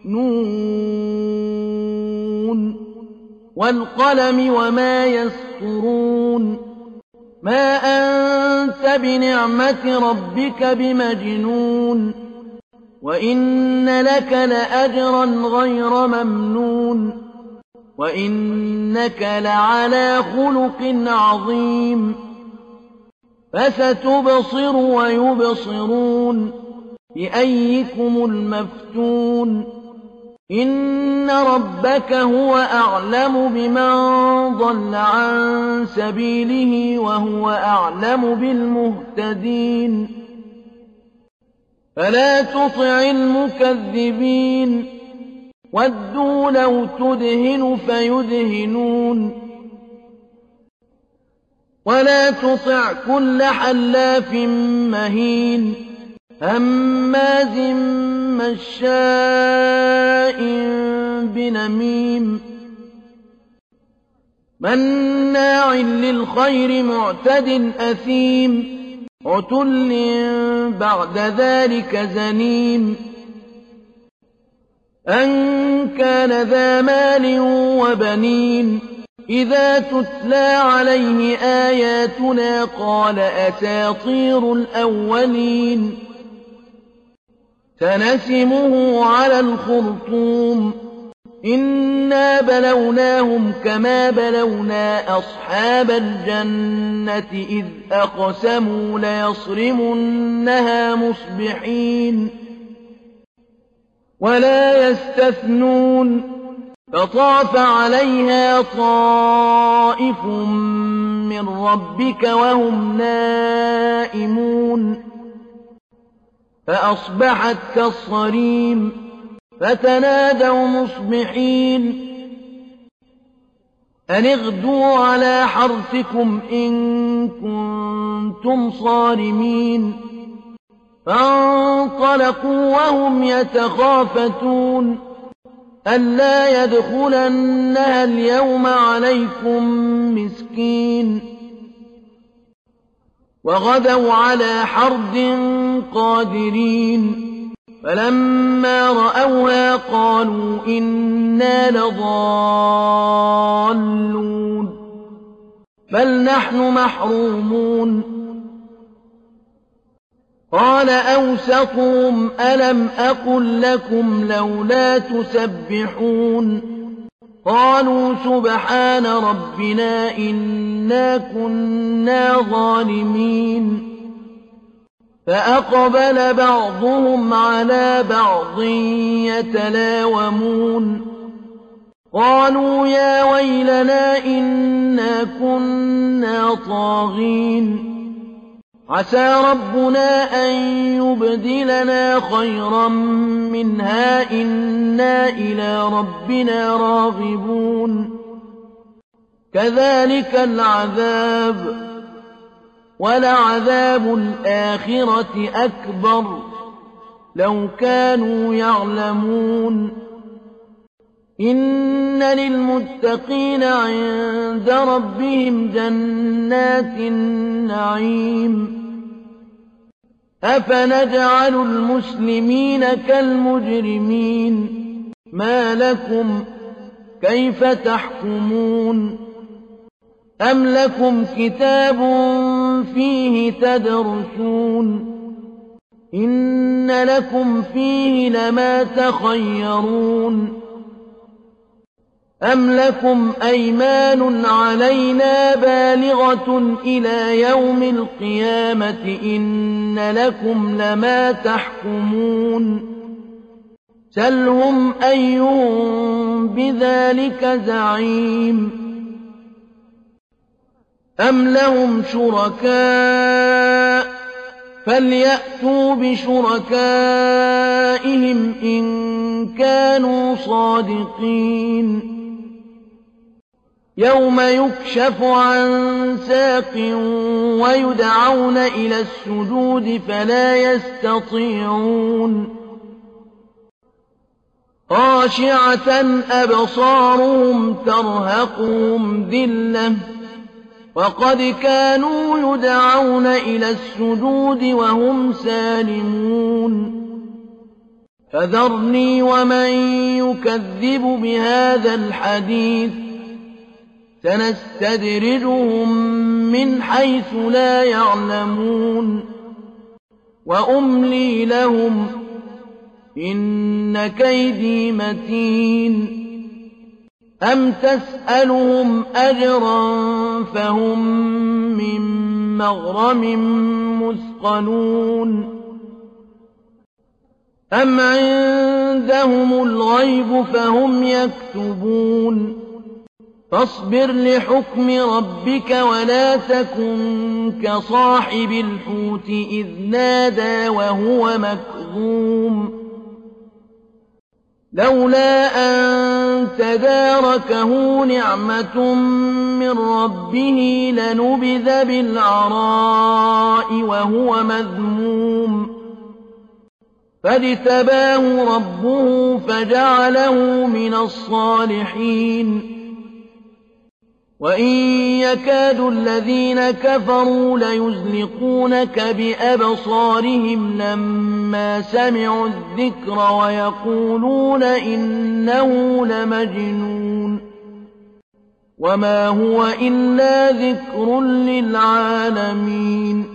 نون والقلم وما يسطرون ما أنت بنعمة ربك بمجنون وإن لك لأجرا غير ممنون وإنك لعلى خلق عظيم فستبصر ويبصرون بأيكم المفتون إن ربك هو أعلم بمن ضل عن سبيله وهو أعلم بالمهتدين فلا تطع المكذبين ودوا لو تدهن فيدهنون ولا تطع كل حلاف مهين هماز مشاء بنميم مناع للخير معتد أثيم عتل بعد ذلك زنيم أن كان ذا مال وبنين إذا تتلى عليه آياتنا قال أساطير الأولين سنسمه على الخرطوم إنا بلوناهم كما بلونا أصحاب الجنة إذ أقسموا ليصرمنها مصبحين ولا يستثنون فطاف عليها طائف من ربك وهم نائمون فأصبحت كالصريم فتنادوا مصبحين أن اغدوا على حرثكم إن كنتم صارمين فانطلقوا وهم يتخافتون ألا يدخلنها اليوم عليكم مسكين وغدوا على حرد قادرين فلما رأوها قالوا إنا لضالون بل نحن محرومون قال أوسطهم ألم أقل لكم لولا تسبحون قالوا سبحان ربنا إنا كنا ظالمين فأقبل بعضهم على بعض يتلاومون قالوا يا ويلنا إنا كنا طاغين عسى ربنا أن يبدلنا خيرا منها إنا إلى ربنا راغبون كذلك العذاب ولعذاب الآخرة أكبر لو كانوا يعلمون إن للمتقين عند ربهم جنات النعيم أفنجعل المسلمين كالمجرمين ما لكم كيف تحكمون أم لكم كتاب فيه تدرسون إن لكم فيه لما تخيرون أم لكم أيمان علينا بالغة إلى يوم القيامة إن لكم لما تحكمون سلهم أيهم بذلك زعيم أم لهم شركاء فليأتوا بشركائهم إن كانوا صادقين يوم يكشف عن ساق ويدعون إلى السجود فلا يستطيعون خاشعة أبصارهم ترهقهم ذلة وقد كانوا يدعون إلى السجود وهم سالمون فذرني ومن يكذب بهذا الحديث سنستدرجهم من حيث لا يعلمون وأملي لهم إن كيدي متين أم تسألهم أجرا فهم من مغرم مثقلون أم عندهم الغيب فهم يكتبون فاصبر لحكم ربك ولا تكن كصاحب الحوت إذ نادى وهو مكظوم لولا أن تداركه نعمة من ربه لنبذ بالعراء وهو مذموم فاجتباه ربه فجعله من الصالحين وإن يكاد الذين كفروا ليزلقونك بأبصارهم لما سمعوا الذكر ويقولون إنه لمجنون وما هو إلا ذكر للعالمين